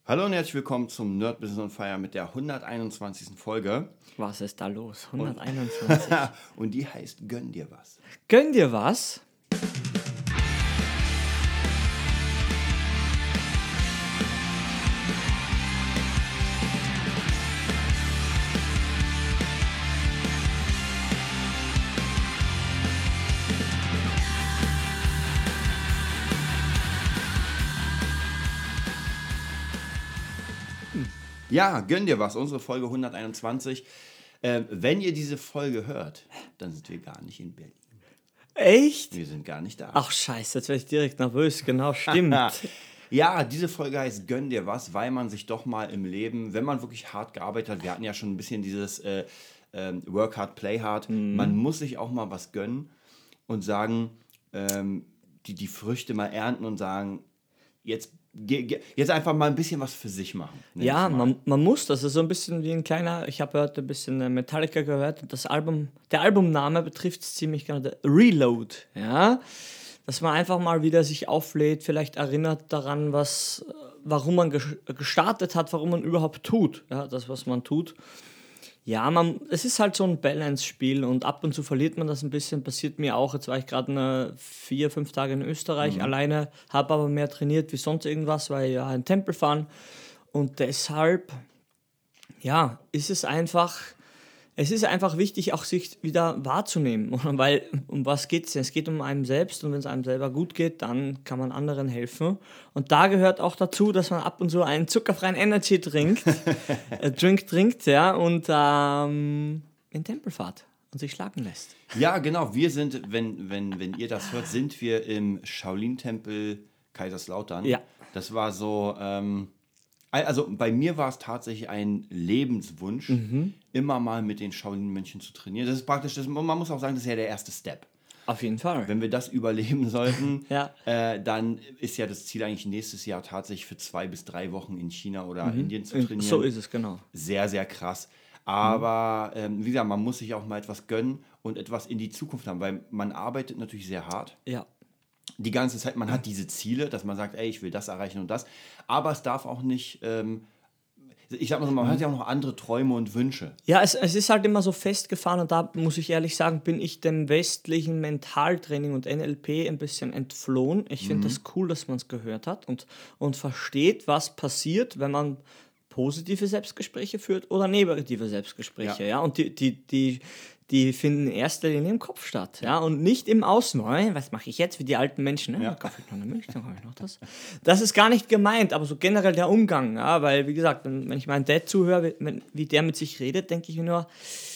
Hallo und herzlich willkommen zum Nerd Business on Fire mit der 121. Folge. Was ist da los? Und, 121. und die heißt Gönn dir was. Gönn dir was? Ja, Gönn dir was, unsere Folge 121. Wenn ihr diese Folge hört, dann sind wir gar nicht in Berlin. Echt? Wir sind gar nicht da. Ach scheiße, jetzt werde ich direkt nervös. Genau, stimmt. Ja, diese Folge heißt Gönn dir was, weil man sich doch mal im Leben, wenn man wirklich hart gearbeitet hat, wir hatten ja schon ein bisschen dieses Work hard, play hard, man muss sich auch mal was gönnen und sagen, die Früchte mal ernten und sagen, jetzt einfach mal ein bisschen was für sich machen. nenn Ja, ich's mal. man muss das. ist so ein bisschen wie ein kleiner, ich habe heute ein bisschen Metallica gehört und der Albumname betrifft es ziemlich genau, der Reload, ja. Dass man einfach mal wieder sich auflädt, vielleicht erinnert daran, warum man gestartet hat, warum man überhaupt tut, ja, das, was man tut. Ja, es ist halt so ein Balance-Spiel und ab und zu verliert man das ein bisschen, passiert mir auch. Jetzt war ich gerade 4, 5 Tage in Österreich alleine, habe aber mehr trainiert wie sonst irgendwas, weil ja einen Tempel fahren. Und deshalb, ja, es ist einfach wichtig, auch sich wieder wahrzunehmen. Weil um was geht es denn? Es geht um einen selbst und wenn es einem selber gut geht, dann kann man anderen helfen. Und da gehört auch dazu, dass man ab und zu einen zuckerfreien Energy Drink trinkt, ja, und in den Tempel fahrt und sich schlagen lässt. Ja, genau, wir sind, wenn ihr das hört, sind wir im Shaolin-Tempel Kaiserslautern. Ja. Das war so, also bei mir war es tatsächlich ein Lebenswunsch, immer mal mit den Shaolin-Mönchen zu trainieren. Das ist praktisch, man muss auch sagen, das ist ja der erste Step. Auf jeden Fall. Wenn wir das überleben sollten, Ja. dann ist ja das Ziel eigentlich nächstes Jahr tatsächlich für 2 bis 3 Wochen in China oder Indien zu trainieren. So ist es, genau. Sehr, sehr krass. Aber wie gesagt, man muss sich auch mal etwas gönnen und etwas in die Zukunft haben, weil man arbeitet natürlich sehr hart. Ja. Die ganze Zeit, man hat diese Ziele, dass man sagt, ey, ich will das erreichen und das. Aber es darf auch nicht, ich sag mal so, man hat ja auch noch andere Träume und Wünsche. Ja, es ist halt immer so festgefahren und da muss ich ehrlich sagen, bin ich dem westlichen Mentaltraining und NLP ein bisschen entflohen. Ich finde das cool, dass man es gehört hat und versteht, was passiert, wenn man positive Selbstgespräche führt oder negative Selbstgespräche. Ja. Ja? Und die finden in erster Linie im Kopf statt, ja, und nicht im Außen. Oh, was mache ich jetzt wie die alten Menschen? Ne? Ja. Kaufe ich noch eine Milch, dann kaufe ich noch das. Das ist gar nicht gemeint, aber so generell der Umgang, ja, weil, wie gesagt, wenn ich meinen Dad zuhöre, wie der mit sich redet, denke ich mir nur,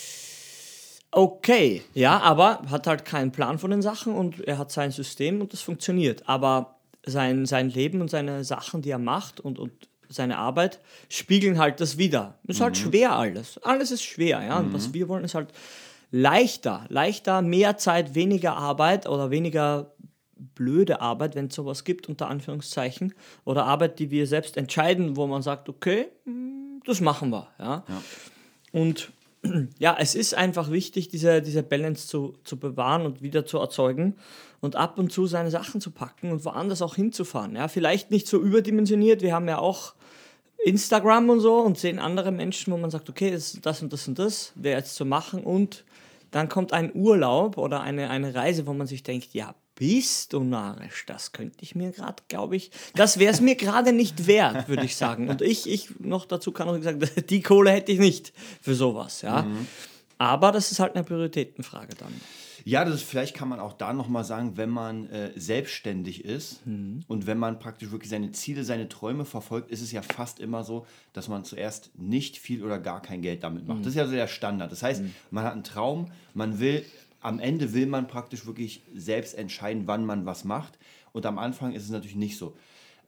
okay, ja, aber hat halt keinen Plan von den Sachen und er hat sein System und das funktioniert. Aber sein Leben und seine Sachen, die er macht und seine Arbeit, spiegeln halt das wider. Ist halt schwer alles. Alles ist schwer, ja. Und was wir wollen, ist halt leichter, mehr Zeit, weniger Arbeit oder weniger blöde Arbeit, wenn es sowas gibt, unter Anführungszeichen. Oder Arbeit, die wir selbst entscheiden, wo man sagt, okay, das machen wir, ja. Und ja, es ist einfach wichtig, diese Balance zu bewahren und wieder zu erzeugen und ab und zu seine Sachen zu packen und woanders auch hinzufahren. Ja, vielleicht nicht so überdimensioniert. Wir haben ja auch Instagram und so und sehen andere Menschen, wo man sagt, okay, das und das und das wäre jetzt zu machen und dann kommt ein Urlaub oder eine Reise, wo man sich denkt, ja, bist du narrisch, das könnte ich mir gerade, glaube ich, das wäre es mir gerade nicht wert, würde ich sagen. Und ich noch dazu kann auch sagen, die Kohle hätte ich nicht für sowas, ja. Aber das ist halt eine Prioritätenfrage dann. Ja, vielleicht kann man auch da nochmal sagen, wenn man selbstständig ist und wenn man praktisch wirklich seine Ziele, seine Träume verfolgt, ist es ja fast immer so, dass man zuerst nicht viel oder gar kein Geld damit macht. Das ist ja so der Standard. Das heißt, man hat einen Traum, am Ende will man praktisch wirklich selbst entscheiden, wann man was macht. Und am Anfang ist es natürlich nicht so.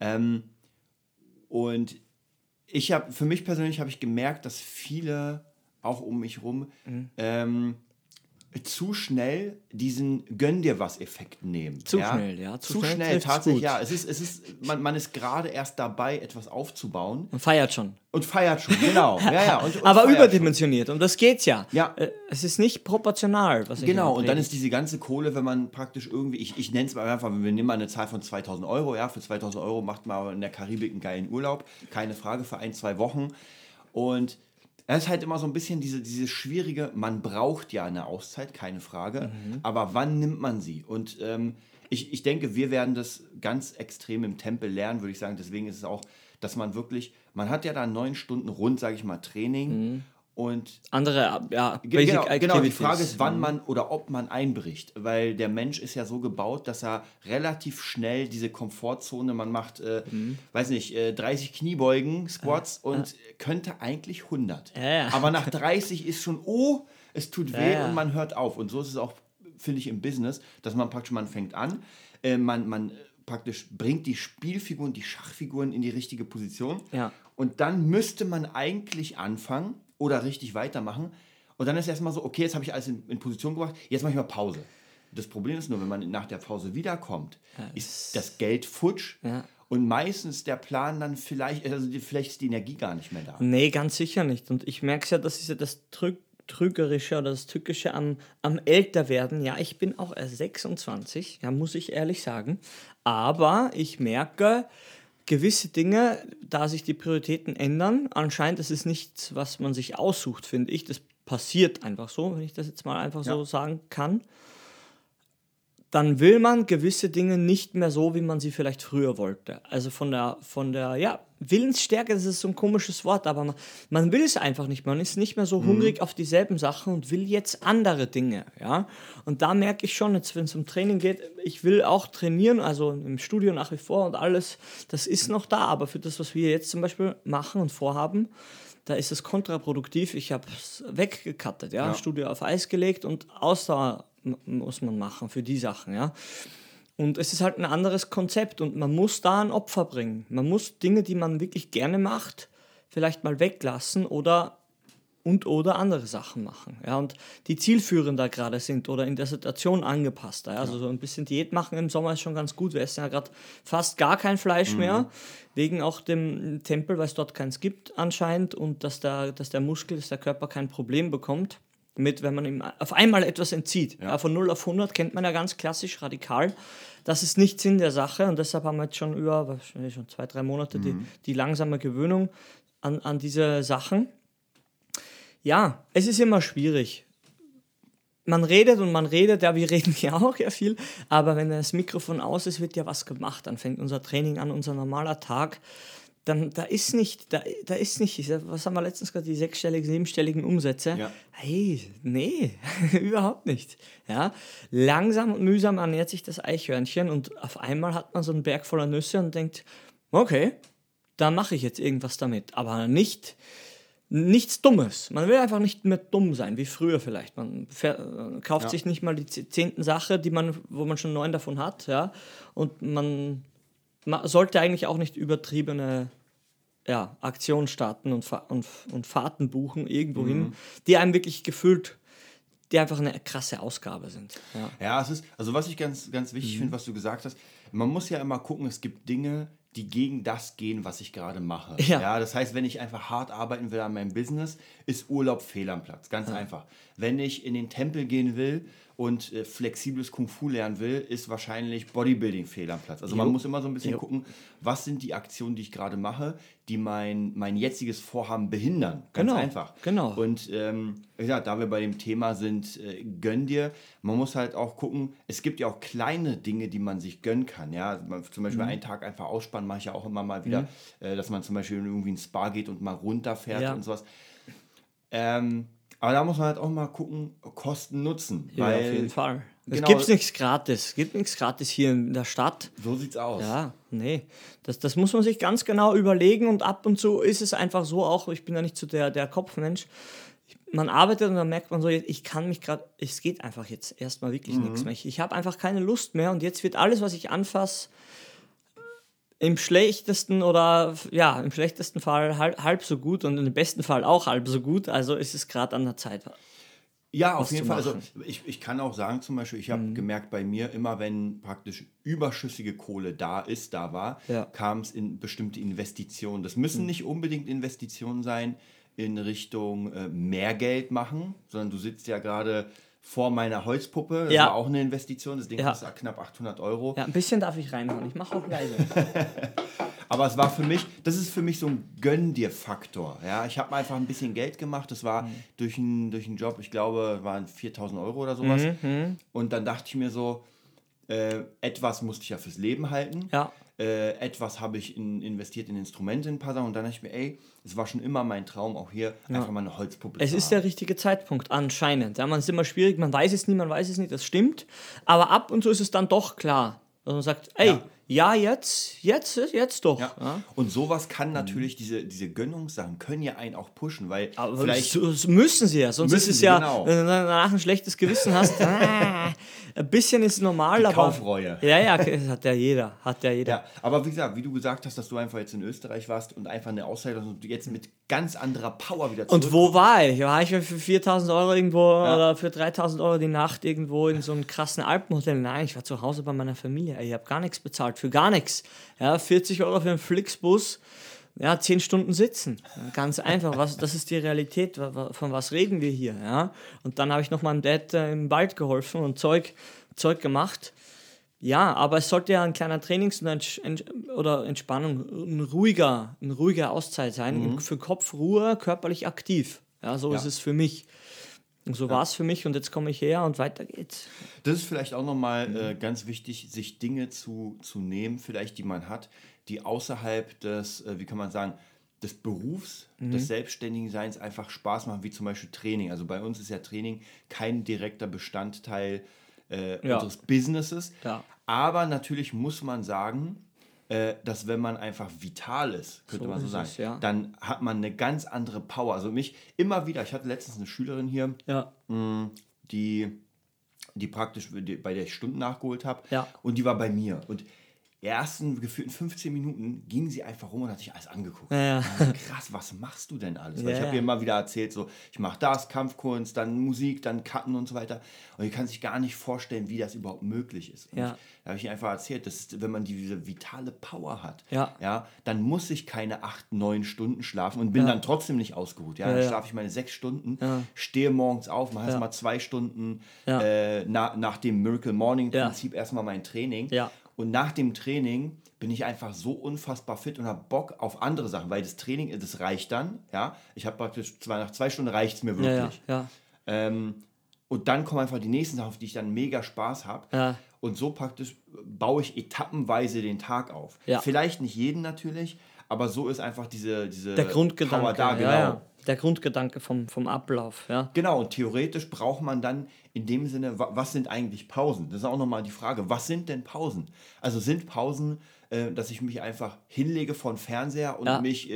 Und für mich persönlich habe ich gemerkt, dass viele auch um mich rum zu schnell diesen Gönn-dir-was-Effekt nehmen. Zu schnell, ja. Zu schnell, tatsächlich, ja. Man ist gerade erst dabei, etwas aufzubauen. Und feiert schon. Genau. Ja. Und aber feiert überdimensioniert, schon. Und das geht's ja. Ja. Es ist nicht proportional, was ich Genau, und dann ist diese ganze Kohle, wenn man praktisch irgendwie, ich nenne es mal einfach, wir nehmen mal eine Zahl von 2.000 Euro, ja, für 2.000 Euro macht man in der Karibik einen geilen Urlaub, keine Frage, für 1-2 Wochen. Und es ist halt immer so ein bisschen diese schwierige, man braucht ja eine Auszeit, keine Frage, aber wann nimmt man sie? Und ich denke, wir werden das ganz extrem im Tempel lernen, würde ich sagen. Deswegen ist es auch, dass man wirklich, man hat ja da 9 Stunden rund, sage ich mal, Training und andere, ja, genau, die Frage ist, wann man oder ob man einbricht, weil der Mensch ist ja so gebaut, dass er relativ schnell diese Komfortzone, man macht, weiß nicht, 30 Kniebeugen, Squats und könnte eigentlich 100. Aber nach 30 ist schon, es tut weh und man hört auf. Und so ist es auch, finde ich, im Business, dass man praktisch, man fängt an, man praktisch bringt die Spielfiguren, die Schachfiguren in die richtige Position und dann müsste man eigentlich anfangen, oder richtig weitermachen. Und dann ist erstmal so, okay, jetzt habe ich alles in Position gebracht, jetzt mache ich mal Pause. Das Problem ist nur, wenn man nach der Pause wiederkommt, ist das Geld futsch und meistens der Plan dann vielleicht ist die Energie gar nicht mehr da. Nee, ganz sicher nicht. Und ich merke es ja, das ist ja das Trügerische oder das Tückische am Älterwerden. Ja, ich bin auch erst 26, ja, muss ich ehrlich sagen. Aber ich merke, gewisse Dinge, da sich die Prioritäten ändern, anscheinend ist es nichts, was man sich aussucht, finde ich. Das passiert einfach so, wenn ich das jetzt mal einfach so sagen kann. Dann will man gewisse Dinge nicht mehr so, wie man sie vielleicht früher wollte. Also von der Willensstärke, das ist so ein komisches Wort, aber man will es einfach nicht. Man ist nicht mehr so hungrig auf dieselben Sachen und will jetzt andere Dinge. Ja? Und da merke ich schon, jetzt wenn es um Training geht, ich will auch trainieren, also im Studio nach wie vor und alles, das ist noch da, aber für das, was wir jetzt zum Beispiel machen und vorhaben, da ist es kontraproduktiv. Ich habe es weggekattet, Studio auf Eis gelegt und Ausdauer muss man machen für die Sachen, ja. Und es ist halt ein anderes Konzept und man muss da ein Opfer bringen. Man muss Dinge, die man wirklich gerne macht, vielleicht mal weglassen oder andere Sachen machen. Ja, und die zielführender gerade sind oder in der Situation angepasster. Ja. Also so ein bisschen Diät machen im Sommer ist schon ganz gut. Wir essen ja gerade fast gar kein Fleisch mehr, wegen auch dem Tempel, weil es dort keins gibt anscheinend und dass der Körper kein Problem bekommt, wenn man ihm auf einmal etwas entzieht. Ja, von 0 auf 100 kennt man ja ganz klassisch radikal. Das ist nicht Sinn der Sache und deshalb haben wir jetzt schon wahrscheinlich schon 2-3 Monate die langsame Gewöhnung an diese Sachen. Ja, es ist immer schwierig. Man redet, ja, wir reden ja auch ja viel, aber wenn das Mikrofon aus ist, wird ja was gemacht. Dann fängt unser Training an, unser normaler Tag. Dann da ist nicht, was haben wir letztens gesagt, die 6-stelligen, 7-stelligen Umsätze? Ja. Hey, nee, überhaupt nicht. Ja, langsam und mühsam ernährt sich das Eichhörnchen und auf einmal hat man so einen Berg voller Nüsse und denkt, okay, da mache ich jetzt irgendwas damit, aber nichts Dummes. Man will einfach nicht mehr dumm sein, wie früher vielleicht. Man kauft sich nicht mal die 10. Sache, wo man schon 9 davon hat, ja, und man sollte eigentlich auch nicht übertriebene Aktionen starten und Fahrten buchen irgendwo hin, die einem wirklich die einfach eine krasse Ausgabe sind. Ja, es ist, also was ich ganz, ganz wichtig finde, was du gesagt hast, man muss ja immer gucken, es gibt Dinge, die gegen das gehen, was ich gerade mache. Ja, das heißt, wenn ich einfach hart arbeiten will an meinem Business, ist Urlaub fehl am Platz. Ganz einfach. Wenn ich in den Tempel gehen will und flexibles Kung Fu lernen will, ist wahrscheinlich Bodybuilding fehl am Platz. Also man muss immer so ein bisschen gucken, was sind die Aktionen, die ich gerade mache, die mein jetziges Vorhaben behindern. Ganz einfach. Genau. Und da wir bei dem Thema sind, gönn dir, man muss halt auch gucken, es gibt ja auch kleine Dinge, die man sich gönnen kann. Ja? Zum Beispiel einen Tag einfach ausspannen, mache ich ja auch immer mal wieder, dass man zum Beispiel irgendwie ins Spa geht und mal runterfährt und sowas. Aber da muss man halt auch mal gucken, Kosten nutzen. Ja, auf jeden Fall. Es gibt nichts gratis. Es gibt nichts gratis hier in der Stadt. So sieht's aus. Ja, nee. Das muss man sich ganz genau überlegen und ab und zu ist es einfach so auch, ich bin ja nicht so der Kopfmensch, man arbeitet und dann merkt man so, es geht einfach jetzt erstmal wirklich nichts mehr. Ich habe einfach keine Lust mehr und jetzt wird alles, was ich anfasse, im schlechtesten Fall halb so gut und im besten Fall auch halb so gut. Also ist es gerade an der Zeit, Ja, auf was jeden zu Fall. Also machen. ich kann auch sagen, zum Beispiel, ich habe gemerkt bei mir, immer wenn praktisch überschüssige Kohle da war, Ja. kam es in bestimmte Investitionen. Das müssen nicht unbedingt Investitionen sein in Richtung mehr Geld machen, sondern du sitzt ja gerade vor meiner Holzpuppe. Das war Ja, auch eine Investition. Das Ding ja. kostet knapp 800 €. Ja, ein bisschen darf ich reinhauen. Ich mache auch leise. Aber es war für mich, das ist für mich so ein Gönn-dir-Faktor. Ja, ich habe einfach ein bisschen Geld gemacht. Das war durch einen Job, ich glaube, waren 4.000 € oder sowas. Und dann dachte ich mir so, etwas musste ich ja fürs Leben halten. Ja. Etwas habe ich investiert in Instrumente, in ein paar Sachen. Und dann dachte ich mir, ey, es war schon immer mein Traum, auch hier einfach mal eine Holzpuppe Es zu ist haben. der richtige Zeitpunkt, anscheinend. Ja, man ist immer schwierig, man weiß es nie, das stimmt. Aber ab und zu ist es dann doch klar. Also man sagt, ey, ja jetzt doch. Ja. Ja. Und sowas kann natürlich, diese Gönnungssachen können ja einen auch pushen, weil Aber vielleicht so müssen sie ja, sonst ist Müssen es sie, ja, genau. wenn du danach ein schlechtes Gewissen hast, ein bisschen ist normal, die aber... Kaufreue. Ja, das hat ja jeder, Ja, aber wie gesagt, wie du gesagt hast, dass du einfach jetzt in Österreich warst und einfach eine Auszeit hast und du jetzt mit ganz anderer Power wieder zurück. Und wo war ich? War ich für 4.000 € irgendwo oder für 3.000 € die Nacht irgendwo in so einem krassen Alpenhotel? Nein, ich war zu Hause bei meiner Familie. Ich habe gar nichts bezahlt, für gar nichts. Ja, 40 € für einen Flixbus, ja, 10 Stunden sitzen. Ganz einfach, das ist die Realität, von was reden wir hier? Ja? Und dann habe ich noch meinem Dad im Wald geholfen und Zeug gemacht. Ja, aber es sollte ja ein kleiner Trainings- oder Entspannung, eine ruhige Auszeit sein. Für Kopfruhe, körperlich aktiv. Ja, so ist es für mich. Und so war es für mich und jetzt komme ich her und weiter geht's. Das ist vielleicht auch nochmal ganz wichtig, sich Dinge zu nehmen, vielleicht die man hat, die außerhalb des, wie kann man sagen, des Berufs, des Selbstständigenseins einfach Spaß machen, wie zum Beispiel Training. Also bei uns ist ja Training kein direkter Bestandteil unseres Businesses. Ja. Aber natürlich muss man sagen, dass wenn man einfach vital ist, könnte So man so ist sagen, es, ja. dann hat man eine ganz andere Power. Also mich immer wieder, ich hatte letztens eine Schülerin hier, Ja. die praktisch, bei der ich Stunden nachgeholt habe, Ja. und die war bei mir. Und ersten gefühlten 15 Minuten ging sie einfach rum und hat sich alles angeguckt. Ja. Und ich so, krass, was machst du denn alles? Weil ich Ja. habe ihr immer wieder erzählt, so, ich mache das, Kampfkunst, dann Musik, dann Cutten und so weiter. Und die kann sich gar nicht vorstellen, wie das überhaupt möglich ist. Und Ja. da habe ich ihr einfach erzählt, dass wenn man diese vitale Power hat, Ja. dann muss ich keine 8, 9 Stunden schlafen und bin dann trotzdem nicht ausgeruht. Ja, dann schlafe ich meine 6 Stunden, stehe morgens auf, mache erstmal 2 Stunden nach dem Miracle Morning Prinzip erstmal mein Training. Ja. Und nach dem Training bin ich einfach so unfassbar fit und habe Bock auf andere Sachen, weil das Training, das reicht dann. Ja, ich habe praktisch nach 2 Stunden reicht es mir wirklich. Ja. Und dann kommen einfach die nächsten Sachen, auf die ich dann mega Spaß habe. Ja. Und so praktisch baue ich etappenweise den Tag auf. Ja. Vielleicht nicht jeden natürlich, aber so ist einfach diese Der Grundgedanke. Power da, genau. Ja. Der Grundgedanke vom Ablauf. Ja. Genau, und theoretisch braucht man dann in dem Sinne, was sind eigentlich Pausen? Das ist auch nochmal die Frage, was sind denn Pausen? Also sind Pausen, dass ich mich einfach hinlege vor den Fernseher und mich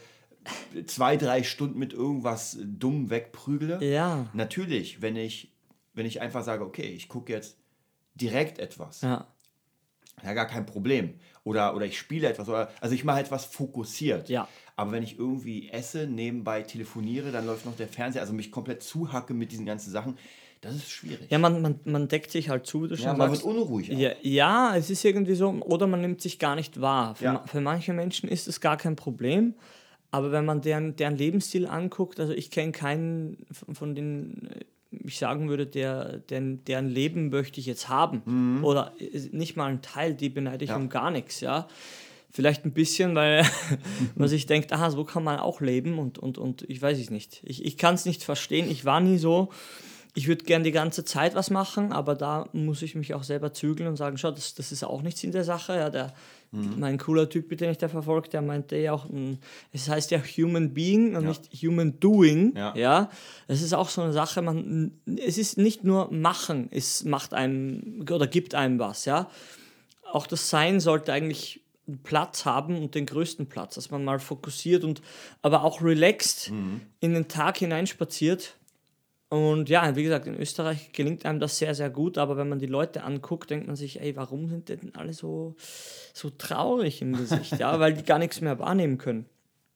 2, 3 Stunden mit irgendwas dumm wegprügle? Ja. Natürlich, wenn ich einfach sage, okay, ich gucke jetzt direkt etwas, Ja. gar kein Problem. Oder ich spiele etwas, also ich mache etwas fokussiert. Ja. Aber wenn ich irgendwie esse, nebenbei telefoniere, dann läuft noch der Fernseher, also mich komplett zuhacke mit diesen ganzen Sachen, das ist schwierig. Ja, man deckt sich halt zu, wie du schon man sagst. wird unruhig. Auch. Ja, es ist irgendwie so, oder man nimmt sich gar nicht wahr. Ja. Für manche Menschen ist es gar kein Problem, aber wenn man deren Lebensstil anguckt, also ich kenne keinen von den, ich sagen würde, deren Leben möchte ich jetzt haben. Oder nicht mal einen Teil, die beneide ich um gar nichts, ja. Vielleicht ein bisschen, weil man sich denkt, aha, so kann man auch leben und ich weiß es nicht. Ich kann es nicht verstehen, ich war nie so. Ich würde gern die ganze Zeit was machen, aber da muss ich mich auch selber zügeln und sagen, schau, das ist auch nichts in der Sache. Ja, mein cooler Typ, den ich da verfolgt, der meinte ja auch, es heißt ja Human Being und nicht Human Doing. Ja, das ist auch so eine Sache, es ist nicht nur machen, es macht einem oder gibt einem was. Ja, auch das Sein sollte eigentlich einen Platz haben und den größten Platz, dass man mal fokussiert und aber auch relaxed in den Tag hineinspaziert. Und ja, wie gesagt, in Österreich gelingt einem das sehr, sehr gut, aber wenn man die Leute anguckt, denkt man sich, ey, warum sind denn alle so traurig im Gesicht? Ja, weil die gar nichts mehr wahrnehmen können.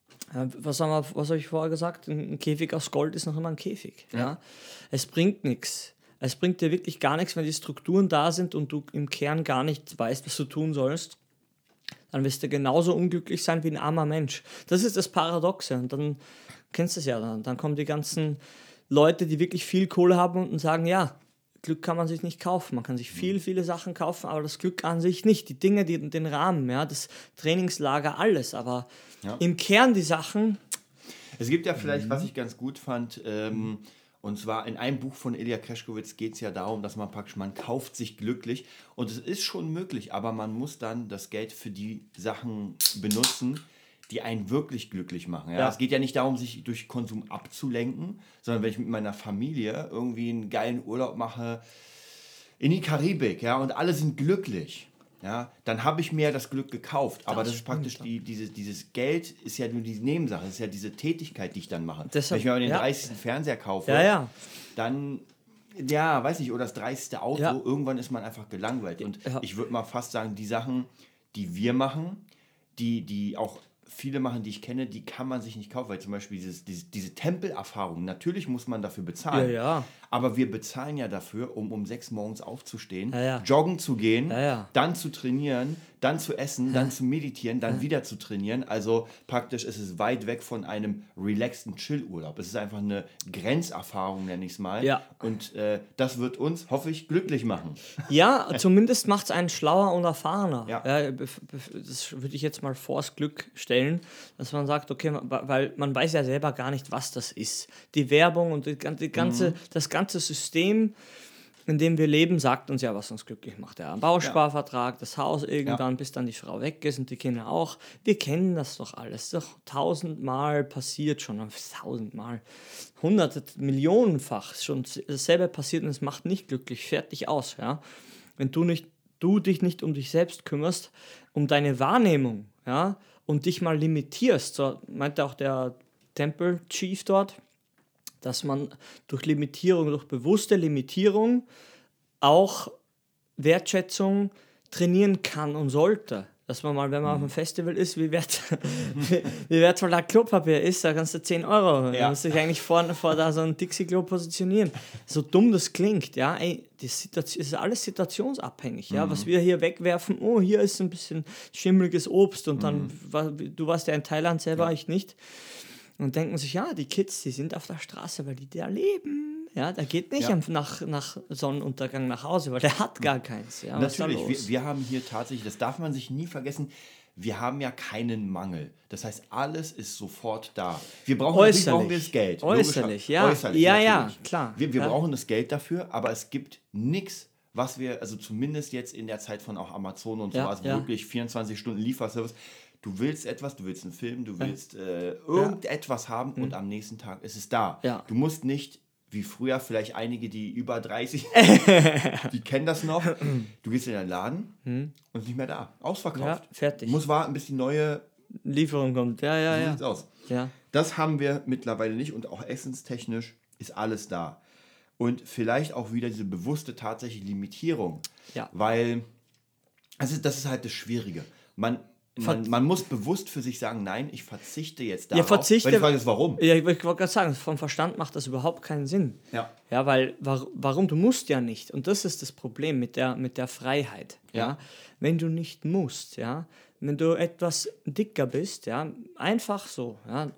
Was habe ich vorher gesagt? Ein Käfig aus Gold ist noch immer ein Käfig. Ja? Es bringt nichts. Es bringt dir wirklich gar nichts, wenn die Strukturen da sind und du im Kern gar nicht weißt, was du tun sollst. Dann wirst du genauso unglücklich sein wie ein armer Mensch. Das ist das Paradoxe. Und dann kennst du es ja. Dann kommen die ganzen Leute, die wirklich viel Kohle haben und sagen, ja, Glück kann man sich nicht kaufen. Man kann sich viele Sachen kaufen, aber das Glück an sich nicht. Die Dinge, den Rahmen, ja, das Trainingslager, alles. Aber im Kern die Sachen... Es gibt ja vielleicht, was ich ganz gut fand, und zwar in einem Buch von Ilya Kreschkowitz geht es ja darum, dass man kauft sich glücklich. Und es ist schon möglich, aber man muss dann das Geld für die Sachen benutzen, die einen wirklich glücklich machen. Ja? Es geht ja nicht darum, sich durch Konsum abzulenken, sondern wenn ich mit meiner Familie irgendwie einen geilen Urlaub mache in die Karibik, ja, und alle sind glücklich, ja, dann habe ich mir das Glück gekauft. Aber das ist praktisch, dieses Geld ist ja nur die Nebensache, das ist ja diese Tätigkeit, die ich dann mache. Deshalb, wenn ich mir aber den 30. Fernseher kaufe, dann... Ja, weiß nicht, oder das 30. Auto, irgendwann ist man einfach gelangweilt. Und ich würde mal fast sagen, die Sachen, die wir machen, die auch viele machen, die ich kenne, die kann man sich nicht kaufen, weil zum Beispiel diese Tempelerfahrung, natürlich muss man dafür bezahlen, aber wir bezahlen ja dafür, um 6 morgens aufzustehen, joggen zu gehen, dann zu trainieren, dann zu essen, dann zu meditieren, dann wieder zu trainieren. Also praktisch ist es weit weg von einem relaxten Chill-Urlaub. Es ist einfach eine Grenzerfahrung, nenne ich es mal. Ja. Und das wird uns, hoffe ich, glücklich machen. Ja, zumindest macht es einen schlauer und erfahrener. Ja. Das würde ich jetzt mal vors Glück stellen, dass man sagt, okay, weil man weiß ja selber gar nicht, was das ist. Die Werbung und das ganze System, in dem wir leben, sagt uns ja, was uns glücklich macht. Ja, ein Bausparvertrag, das Haus irgendwann, bis dann die Frau weg ist und die Kinder auch. Wir kennen das doch alles. Doch 1000-mal passiert schon, 1000-mal, hunderte, millionenfach schon dasselbe passiert und es macht nicht glücklich, fertig aus. Ja? Wenn du dich nicht um dich selbst kümmerst, um deine Wahrnehmung, ja, und dich mal limitierst, so meinte auch der Temple Chief dort, dass man durch bewusste Limitierung auch Wertschätzung trainieren kann und sollte. Dass man mal, wenn man auf einem Festival ist, wie wertvoll da Klopapier ist, da kannst du 10 Euro. Da musst du dich eigentlich vor da so ein Dixie-Klo positionieren. So dumm das klingt, ja, das ist alles situationsabhängig, ja. Was wir hier wegwerfen, hier ist ein bisschen schimmeliges Obst und dann, du warst ja in Thailand selber, ich nicht. Und denken sich, die Kids, die sind auf der Straße, weil die da leben. Ja, der geht nicht nach Sonnenuntergang nach Hause, weil der hat gar keins. Ja, natürlich, wir haben hier tatsächlich, das darf man sich nie vergessen, wir haben ja keinen Mangel. Das heißt, alles ist sofort da. Wir brauchen das Geld. Äußerlich, Äußerlich, ja, klar. Wir brauchen das Geld dafür, aber es gibt nichts, was wir, also zumindest jetzt in der Zeit von auch Amazon und so, also wirklich 24 Stunden Lieferservice. Du willst etwas, du willst einen Film, du willst irgendetwas haben und am nächsten Tag ist es da. Ja. Du musst nicht, wie früher, vielleicht einige, die über 30, die kennen das noch, du gehst in den Laden und nicht mehr da. Ausverkauft. Ja, fertig. Du musst warten, bis die neue Lieferung kommt. Ja. So sieht's aus. Ja. Das haben wir mittlerweile nicht und auch essenstechnisch ist alles da. Und vielleicht auch wieder diese bewusste tatsächliche Limitierung. Ja. Weil, das ist halt das Schwierige. Man muss bewusst für sich sagen, nein, ich verzichte jetzt darauf. Weil die Frage ist, warum? Ja, ich wollte gerade sagen, vom Verstand macht das überhaupt keinen Sinn. Ja, weil, warum? Du musst ja nicht. Und das ist das Problem mit der Freiheit. Ja? Wenn du nicht musst, ja, wenn du etwas dicker bist, ja, einfach so, ja,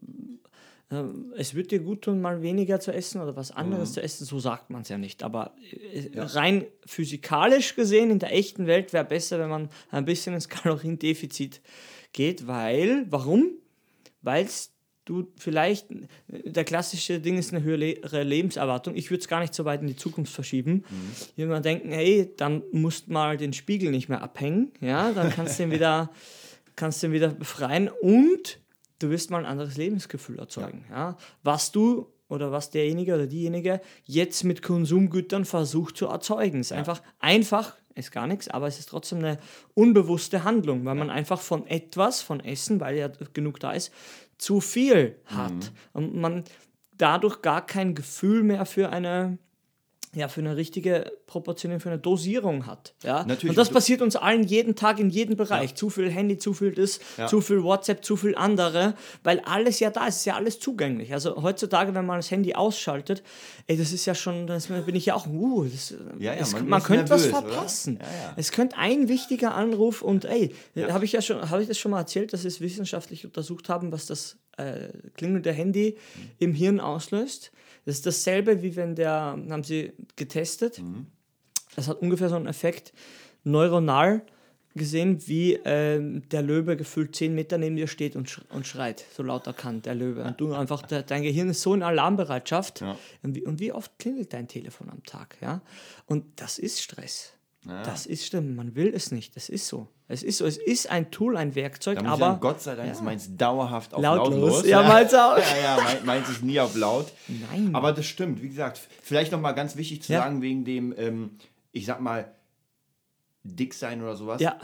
es wird dir gut tun, mal weniger zu essen oder was anderes zu essen, so sagt man es ja nicht. Aber rein physikalisch gesehen in der echten Welt wäre besser, wenn man ein bisschen ins Kaloriendefizit geht, warum? Weil du vielleicht, der klassische Ding ist eine höhere Lebenserwartung, ich würde es gar nicht so weit in die Zukunft verschieben, jemand denken, hey, dann musst mal den Spiegel nicht mehr abhängen, ja, dann kannst du ihn wieder befreien und du wirst mal ein anderes Lebensgefühl erzeugen. Ja. Was du oder was derjenige oder diejenige jetzt mit Konsumgütern versucht zu erzeugen. Ist einfach, ist gar nichts, aber es ist trotzdem eine unbewusste Handlung, weil man einfach von Essen, weil ja genug da ist, zu viel hat. Und man dadurch gar kein Gefühl mehr für eine für eine richtige Proportion, für eine Dosierung hat. Ja? Natürlich. Und das passiert uns allen jeden Tag in jedem Bereich. Ja. Zu viel Handy, zu viel das, zu viel WhatsApp, zu viel andere, weil alles ja da ist, es ist ja alles zugänglich. Also heutzutage, wenn man das Handy ausschaltet, das ist ja schon, bin ich ja auch, man könnte was verpassen. Ja. Es könnte ein wichtiger Anruf und habe ich das schon mal erzählt, dass sie es wissenschaftlich untersucht haben, was das klingelnde Handy im Hirn auslöst. Das ist dasselbe, wie haben sie getestet. Das hat ungefähr so einen Effekt neuronal gesehen, wie der Löwe gefühlt 10 Meter neben dir steht und schreit, so laut er kann, der Löwe. Und du einfach, dein Gehirn ist so in Alarmbereitschaft. Ja. Und wie oft klingelt dein Telefon am Tag? Ja? Und das ist Stress. Ja. Das ist schlimm, man will es nicht, das ist so. Es ist ein Tool, ein Werkzeug, da muss aber... Ich sagen, Gott sei Dank ist meins dauerhaft auf lautlos. Ja, meins auch. Meins ist nie auf laut. Nein. Aber das stimmt, wie gesagt, vielleicht nochmal ganz wichtig zu sagen, wegen dem, ich sag mal, dick sein oder sowas. Ja.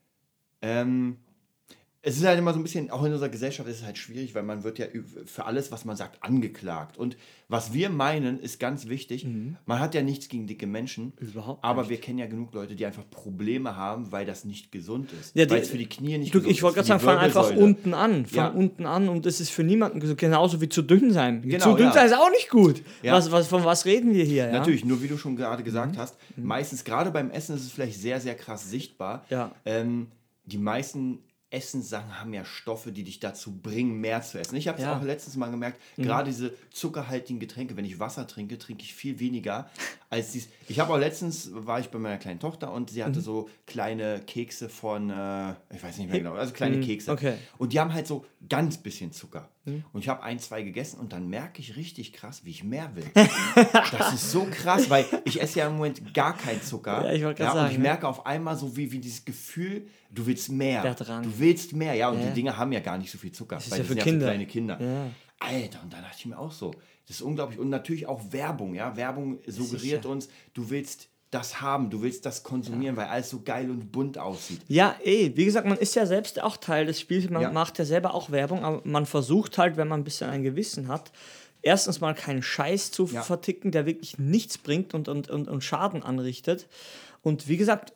Es ist halt immer so ein bisschen, auch in unserer Gesellschaft ist es halt schwierig, weil man wird ja für alles, was man sagt, angeklagt. Und was wir meinen, ist ganz wichtig, man hat ja nichts gegen dicke Menschen, überhaupt aber nicht. wir kennen ja genug Leute, die einfach Probleme haben, weil das nicht gesund ist. Ja, weil es für die Knie nicht gesund ist. Ich wollte gerade sagen, fang einfach unten an. Unten an und das ist für niemanden gesund. Genauso wie zu dünn sein. Zu dünn sein ist auch nicht gut. Ja. Von was reden wir hier? Ja? Natürlich, nur wie du schon gerade gesagt hast, meistens, gerade beim Essen ist es vielleicht sehr, sehr krass sichtbar. Ja. Die meisten Essenssachen haben ja Stoffe, die dich dazu bringen, mehr zu essen. Ich habe es auch letztens mal gemerkt, gerade diese zuckerhaltigen Getränke, wenn ich Wasser trinke, trinke ich viel weniger als dies. Ich habe auch letztens, war ich bei meiner kleinen Tochter und sie hatte so kleine Kekse von, ich weiß nicht mehr genau, also kleine Kekse. Okay. Und die haben halt so ganz bisschen Zucker. Und ich habe 1, 2 gegessen und dann merke ich richtig krass, wie ich mehr will. Das ist so krass, weil ich esse ja im Moment gar keinen Zucker. Ja, ich wollte gerade sagen. Und ich merke auf einmal so, wie dieses Gefühl, du willst mehr. Der Drang. Du willst mehr, ja. Und die Dinge haben ja gar nicht so viel Zucker. Das ist weil ja das für sind Kinder. Ja für kleine Kinder. Ja. Alter, und da dachte ich mir auch so, das ist unglaublich. Und natürlich auch Werbung, ja. Werbung suggeriert uns, du willst das haben, du willst das konsumieren, weil alles so geil und bunt aussieht. Ja, wie gesagt, man ist ja selbst auch Teil des Spiels, man macht ja selber auch Werbung, aber man versucht halt, wenn man ein bisschen ein Gewissen hat, erstens mal keinen Scheiß zu verticken, der wirklich nichts bringt und Schaden anrichtet. Und wie gesagt,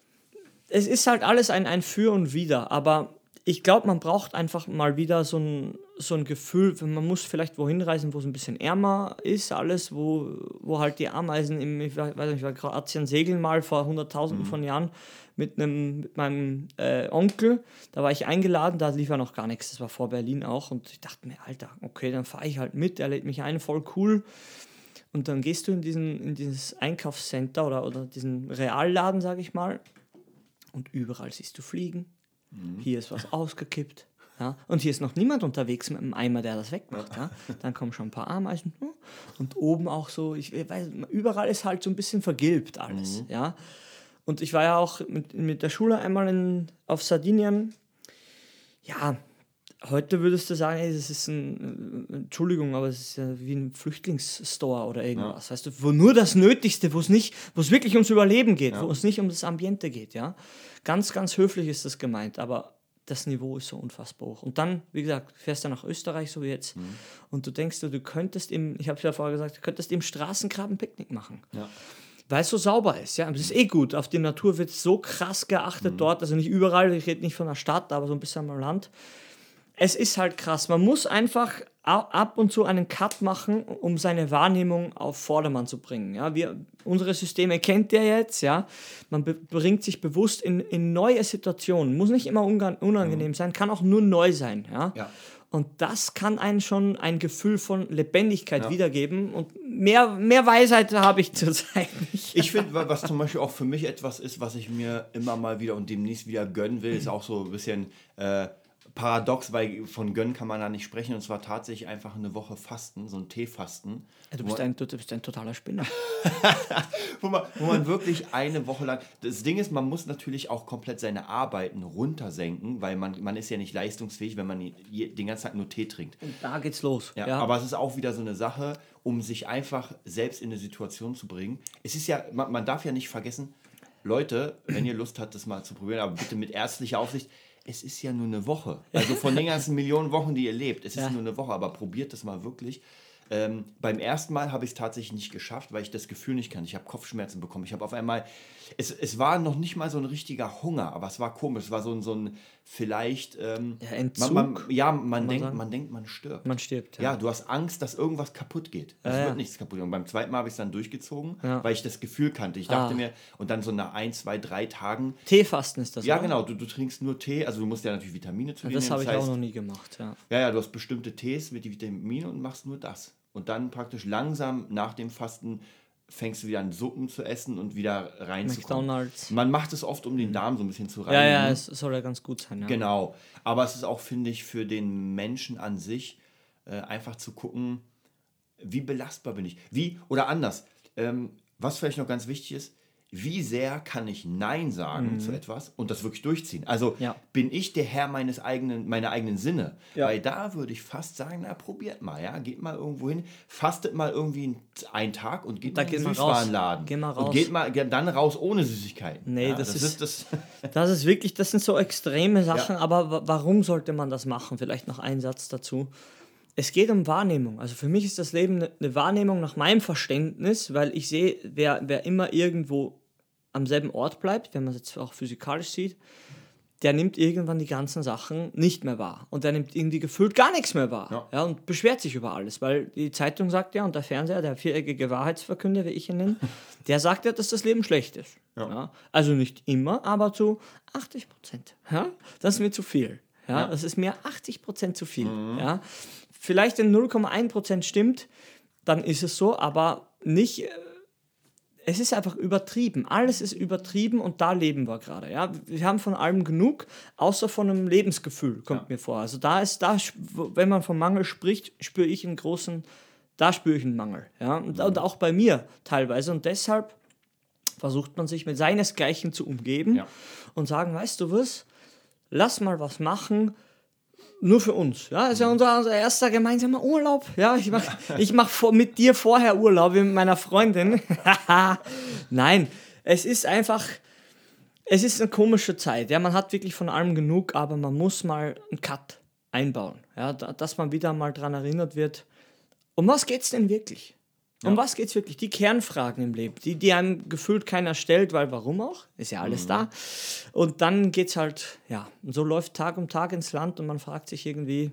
es ist halt alles ein Für und Wider, aber ich glaube, man braucht einfach mal wieder so ein Gefühl, man muss vielleicht wohin reisen, wo es ein bisschen ärmer ist, alles, wo halt die Ameisen, ich war Kroatien segeln mal vor Hunderttausenden von Jahren mit meinem Onkel, da war ich eingeladen, da lief ja noch gar nichts, das war vor Berlin auch und ich dachte mir, Alter, okay, dann fahre ich halt mit, er lädt mich ein, voll cool. Und dann gehst du in dieses Einkaufscenter oder diesen Realladen, sage ich mal, und überall siehst du Fliegen. Hier ist was ausgekippt. Ja? Und hier ist noch niemand unterwegs mit einem Eimer, der das wegmacht. Ja? Dann kommen schon ein paar Ameisen. Und oben auch so, ich weiß, überall ist halt so ein bisschen vergilbt alles. Ja? Und ich war ja auch mit der Schule einmal auf Sardinien. Ja, heute würdest du sagen, das ist Entschuldigung, aber es ist ja wie ein Flüchtlingsstore oder irgendwas. Weißt du, wo nur das Nötigste, wo es wirklich ums Überleben geht, wo es nicht um das Ambiente geht, ja. Ganz, ganz höflich ist das gemeint, aber das Niveau ist so unfassbar hoch. Und dann, wie gesagt, fährst du nach Österreich, so wie jetzt, und du denkst, du könntest ich habe es ja vorher gesagt, du könntest im Straßengraben Picknick machen. Ja. Weil es so sauber ist, ja. Das ist gut. Auf die Natur wird so krass geachtet dort, also nicht überall, ich rede nicht von der Stadt, aber so ein bisschen am Land. Es ist halt krass. Man muss einfach ab und zu einen Cut machen, um seine Wahrnehmung auf Vordermann zu bringen. Ja, unsere Systeme kennt ihr jetzt. Ja? Man bringt sich bewusst in neue Situationen. Muss nicht immer unangenehm sein, kann auch nur neu sein. Ja? Und das kann einen schon ein Gefühl von Lebendigkeit wiedergeben. Und mehr Weisheit habe ich zurzeit nicht. Ich finde, was zum Beispiel auch für mich etwas ist, was ich mir immer mal wieder und demnächst wieder gönnen will, ist auch so ein bisschen paradox, weil von gönnen kann man da nicht sprechen, und zwar tatsächlich einfach eine Woche fasten, so ein Teefasten. Ja, du bist ein totaler Spinner. wo man wirklich eine Woche lang, das Ding ist, man muss natürlich auch komplett seine Arbeiten runtersenken, weil man ist ja nicht leistungsfähig, wenn man den ganzen Tag nur Tee trinkt. Und da geht's los. Ja. Aber es ist auch wieder so eine Sache, um sich einfach selbst in eine Situation zu bringen. Es ist ja, man darf ja nicht vergessen, Leute, wenn ihr Lust habt, das mal zu probieren, aber bitte mit ärztlicher Aufsicht, es ist ja nur eine Woche. Also von den ganzen Millionen Wochen, die ihr lebt, es ist nur eine Woche, aber probiert das mal wirklich. Beim ersten Mal habe ich es tatsächlich nicht geschafft, weil ich das Gefühl nicht kannte. Ich habe Kopfschmerzen bekommen. Ich habe auf einmal, es war noch nicht mal so ein richtiger Hunger, aber es war komisch. Es war so ein vielleicht, Entzug, man denkt, man stirbt. man stirbt. Ja, du hast Angst, dass irgendwas kaputt geht. Es Ja. wird nichts kaputt. Und beim zweiten Mal habe ich es dann durchgezogen, Ja. weil ich das Gefühl kannte. Ich dachte mir, und dann so nach 1, 2, 3 Tagen, Teefasten ist das, ja, oder? genau, du trinkst nur Tee, also du musst ja natürlich Vitamine zu dir Das nehmen. habe ich auch noch nie gemacht, ja. Ja, du hast bestimmte Tees mit die Vitamine und machst nur das. Und dann praktisch langsam nach dem Fasten fängst du wieder an, Suppen zu essen und wieder reinzukommen. McDonald's. Man macht es oft, um den Darm so ein bisschen zu Ja, reinigen. ja, es soll ja ganz gut sein, ja. Genau. Aber es ist auch, finde ich, für den Menschen an sich einfach zu gucken, wie belastbar bin ich. Oder anders, was vielleicht noch ganz wichtig ist, wie sehr kann ich Nein sagen zu etwas und das wirklich durchziehen? Also Ja. bin ich der Herr meiner eigenen Sinne? Ja. Weil da würde ich fast sagen, na, probiert mal, ja, geht mal irgendwo hin, fastet mal irgendwie einen Tag und geht Da mal in den geht mal raus. Süßwarenladen. Geh mal Und raus. geht mal dann raus ohne Süßigkeiten. Nee, ja, das ist- das. Das ist wirklich, das sind so extreme Sachen, Ja. aber warum sollte man das machen? Vielleicht noch ein Satz dazu. Es geht um Wahrnehmung. Also für mich ist das Leben eine Wahrnehmung nach meinem Verständnis, weil ich sehe, wer immer irgendwo am selben Ort bleibt, wenn man es jetzt auch physikalisch sieht, der nimmt irgendwann die ganzen Sachen nicht mehr wahr. Und der nimmt irgendwie gefühlt gar nichts mehr wahr. Ja, und beschwert sich über alles, weil die Zeitung sagt ja und der Fernseher, der viereckige Wahrheitsverkünder, wie ich ihn nenne, der sagt ja, dass das Leben schlecht ist. Ja. Also nicht immer, aber zu 80%. Ja? Das ist mir zu viel. Ja? Das ist mir 80% zu viel. Ja? Vielleicht in 0,1% stimmt, dann ist es so, aber nicht... Es ist einfach übertrieben. Alles ist übertrieben und da leben wir gerade. Ja? Wir haben von allem genug, außer von einem Lebensgefühl, kommt mir vor. Also wenn man vom Mangel spricht, spüre ich einen Mangel. Ja? Und auch bei mir teilweise. Und deshalb versucht man sich mit seinesgleichen zu umgeben und sagen, weißt du was, lass mal was machen, nur für uns. Ja, das ist ja unser erster gemeinsamer Urlaub. Ja, ich mach mit dir vorher Urlaub, wie mit meiner Freundin. Nein, es ist einfach, es ist eine komische Zeit. Ja, man hat wirklich von allem genug, aber man muss mal einen Cut einbauen. Ja, dass man wieder mal dran erinnert wird, um was geht's denn wirklich? Um was geht's wirklich? Die Kernfragen im Leben, die einem gefühlt keiner stellt, weil warum auch? Ist ja alles da. Und dann geht's halt, und so läuft Tag um Tag ins Land und man fragt sich irgendwie,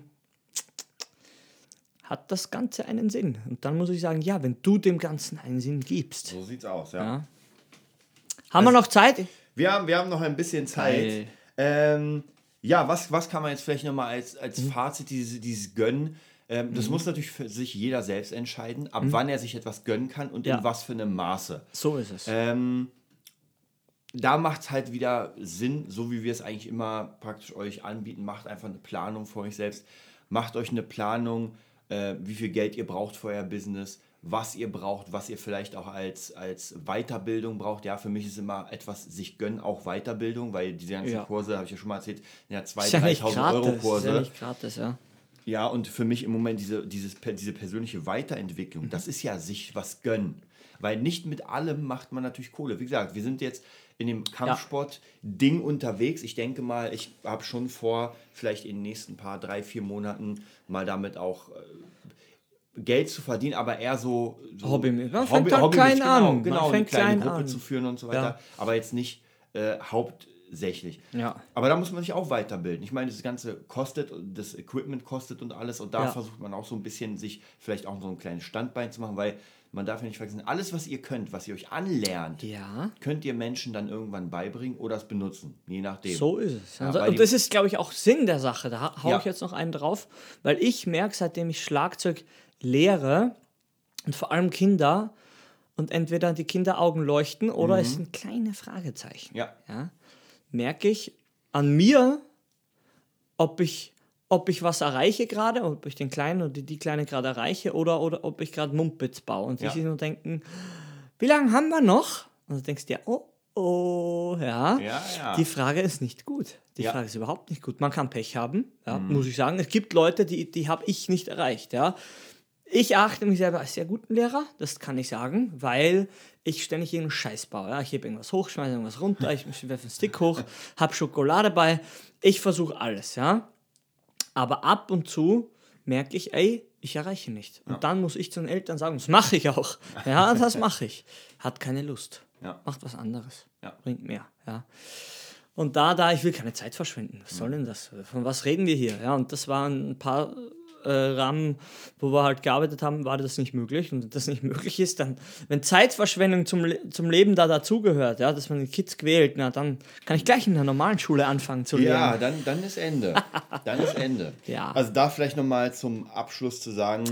hat das Ganze einen Sinn? Und dann muss ich sagen, ja, wenn du dem Ganzen einen Sinn gibst. So sieht's aus, Ja. Haben wir noch Zeit? Wir haben noch ein bisschen Zeit. Was kann man jetzt vielleicht nochmal als Fazit, dieses Gönnen? Das muss natürlich für sich jeder selbst entscheiden, ab wann er sich etwas gönnen kann und in was für einem Maße. So ist es. Da macht es halt wieder Sinn, so wie wir es eigentlich immer praktisch euch anbieten, macht einfach eine Planung für euch selbst. Macht euch eine Planung, wie viel Geld ihr braucht für euer Business, was ihr braucht, was ihr vielleicht auch als Weiterbildung braucht. Ja, für mich ist immer etwas sich gönnen, auch Weiterbildung, weil diese ganzen Kurse, habe ich ja schon mal erzählt, ja 2.000, 3.000 Euro Kurse. Ist ja nicht gratis, ja. Ja, und für mich im Moment diese persönliche Weiterentwicklung, das ist ja sich was gönnen. Weil nicht mit allem macht man natürlich Kohle. Wie gesagt, wir sind jetzt in dem Kampfsport-Ding unterwegs. Ich denke mal, ich habe schon vor, vielleicht in den nächsten 3-4 Monaten mal damit auch Geld zu verdienen, aber eher so Hobby. Man fängt halt klein an. Genau, Man eine fängt kleine klein Gruppe an. zu führen und so weiter. Aber jetzt nicht hauptsächlich. Ja. Aber da muss man sich auch weiterbilden. Ich meine, das Ganze kostet, das Equipment kostet und alles. Und da versucht man auch so ein bisschen, sich vielleicht auch so ein kleines Standbein zu machen, weil man darf ja nicht vergessen, alles, was ihr könnt, was ihr euch anlernt, könnt ihr Menschen dann irgendwann beibringen oder es benutzen, je nachdem. So ist es. Ja, und das ist, glaube ich, auch Sinn der Sache. Da haue ich jetzt noch einen drauf, weil ich merke, seitdem ich Schlagzeug lehre und vor allem Kinder und entweder die Kinderaugen leuchten oder es sind kleine Fragezeichen. Ja. Merke ich an mir, ob ich was erreiche gerade, ob ich den Kleinen oder die Kleine gerade erreiche oder ob ich gerade Mumpitz baue. Und die sich nur denken, wie lange haben wir noch? Und du denkst dir, die Frage ist nicht gut. Die Frage ist überhaupt nicht gut. Man kann Pech haben, muss ich sagen. Es gibt Leute, die habe ich nicht erreicht. Ja. Ich achte mich selber als sehr guten Lehrer, das kann ich sagen, weil ich ständig irgendeinen Scheiß baue. Ja. Ich hebe irgendwas hoch, schmeiße irgendwas runter, ich werfe einen Stick hoch, habe Schokolade bei. Ich versuche alles, ja. Aber ab und zu merke ich, ich erreiche nicht. Und dann muss ich zu den Eltern sagen, das mache ich auch. Ja, das mache ich. Hat keine Lust. Macht was anderes. Bringt mehr. Ja. Und ich will keine Zeit verschwenden. Was soll denn das? Von was reden wir hier? Ja, und das waren ein paar Rahmen, wo wir halt gearbeitet haben, war das nicht möglich. Und wenn das nicht möglich ist, dann, wenn Zeitverschwendung zum Leben dazugehört, ja, dass man die Kids quält, na, dann kann ich gleich in der normalen Schule anfangen zu lernen. Ja, dann ist Ende. Dann ist Ende. Ja. Also da vielleicht nochmal zum Abschluss zu sagen,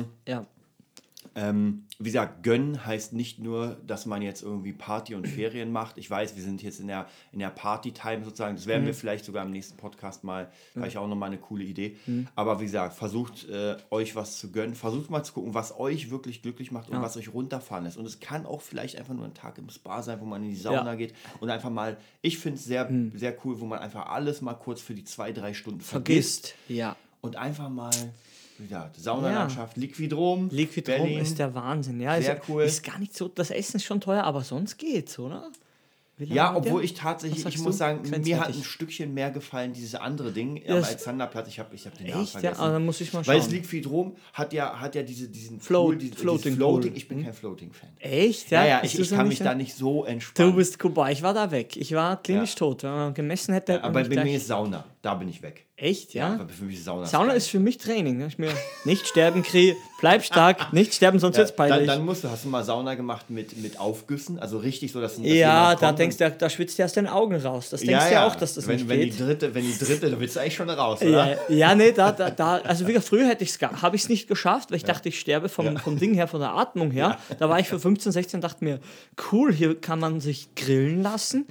wie gesagt, gönnen heißt nicht nur, dass man jetzt irgendwie Party und Ferien macht. Ich weiß, wir sind jetzt in der Party-Time sozusagen. Das werden wir vielleicht sogar im nächsten Podcast mal, vielleicht auch nochmal eine coole Idee. Aber wie gesagt, versucht euch was zu gönnen. Versucht mal zu gucken, was euch wirklich glücklich macht und was euch runterfahren lässt. Und es kann auch vielleicht einfach nur ein Tag im Spa sein, wo man in die Sauna geht und einfach mal, ich finde es sehr, sehr cool, wo man einfach alles mal kurz für die 2-3 Stunden vergisst. Ja. Und einfach mal... Ja, Saunalandschaft, Liquidrom. Liquidrom ist der Wahnsinn. Ja, sehr cool. Ist gar nicht so, das Essen ist schon teuer, aber sonst geht's, oder? Ja, obwohl ich tatsächlich, ich muss sagen, mir hat ein Stückchen mehr gefallen, dieses andere Ding am Alexanderplatz. Ich hab den Namen vergessen. Ja, dann muss ich mal schauen. Weil das Liquidrom hat ja diesen Floating. Ich bin kein Floating-Fan. Echt? Ja, ich kann mich da nicht so entspannen. Du bist Kuba, ich war da weg. Ich war klinisch tot. Wenn man gemessen hätte... Ja, aber bei mir ist Sauna, da bin ich weg. Echt, ja? Ja, für mich ist Sauna ist für mich Training. Ne? Ich mir nicht sterben kriege, bleib stark, nicht sterben, sonst wird's peinlich. Dann hast du mal Sauna gemacht mit Aufgüssen, also richtig so, dass ja, da denkst du, da schwitzt dir aus den Augen raus. Das denkst du ja auch, dass das nicht geht. Wenn die dritte, da willst du eigentlich schon raus, oder? Ja, nee, also wie gesagt, früher habe ich es nicht geschafft, weil ich dachte, ich sterbe vom Ding her, von der Atmung her. Da war ich für 15, 16 und dachte mir, cool, hier kann man sich grillen lassen,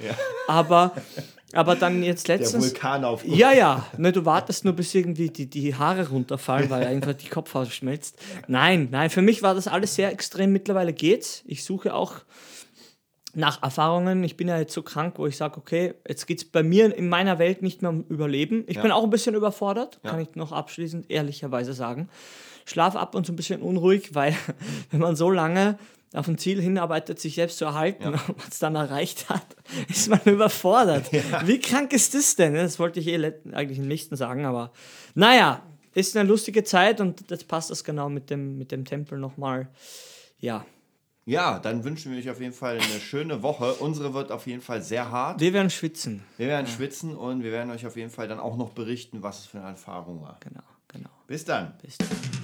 aber dann jetzt letztens... Der Vulkan aufguckt. Ja, ne, du wartest nur, bis irgendwie die Haare runterfallen, weil einfach die Kopfhaut schmelzt. Nein, für mich war das alles sehr extrem. Mittlerweile geht's. Ich suche auch nach Erfahrungen. Ich bin ja jetzt so krank, wo ich sage, okay, jetzt geht's bei mir in meiner Welt nicht mehr um Überleben. Ich bin auch ein bisschen überfordert, kann ich noch abschließend ehrlicherweise sagen. Schlaf ab und so ein bisschen unruhig, weil wenn man so lange auf ein Ziel hinarbeitet, sich selbst zu erhalten und man es dann erreicht hat, ist man überfordert. Ja. Wie krank ist das denn? Das wollte ich eigentlich im nächsten sagen, aber naja, ist eine lustige Zeit und jetzt passt das genau mit dem Tempel nochmal. Ja. Ja, dann wünschen wir euch auf jeden Fall eine schöne Woche. Unsere wird auf jeden Fall sehr hart. Wir werden schwitzen. Schwitzen und wir werden euch auf jeden Fall dann auch noch berichten, was es für eine Erfahrung war. Genau. Bis dann. Bis dann.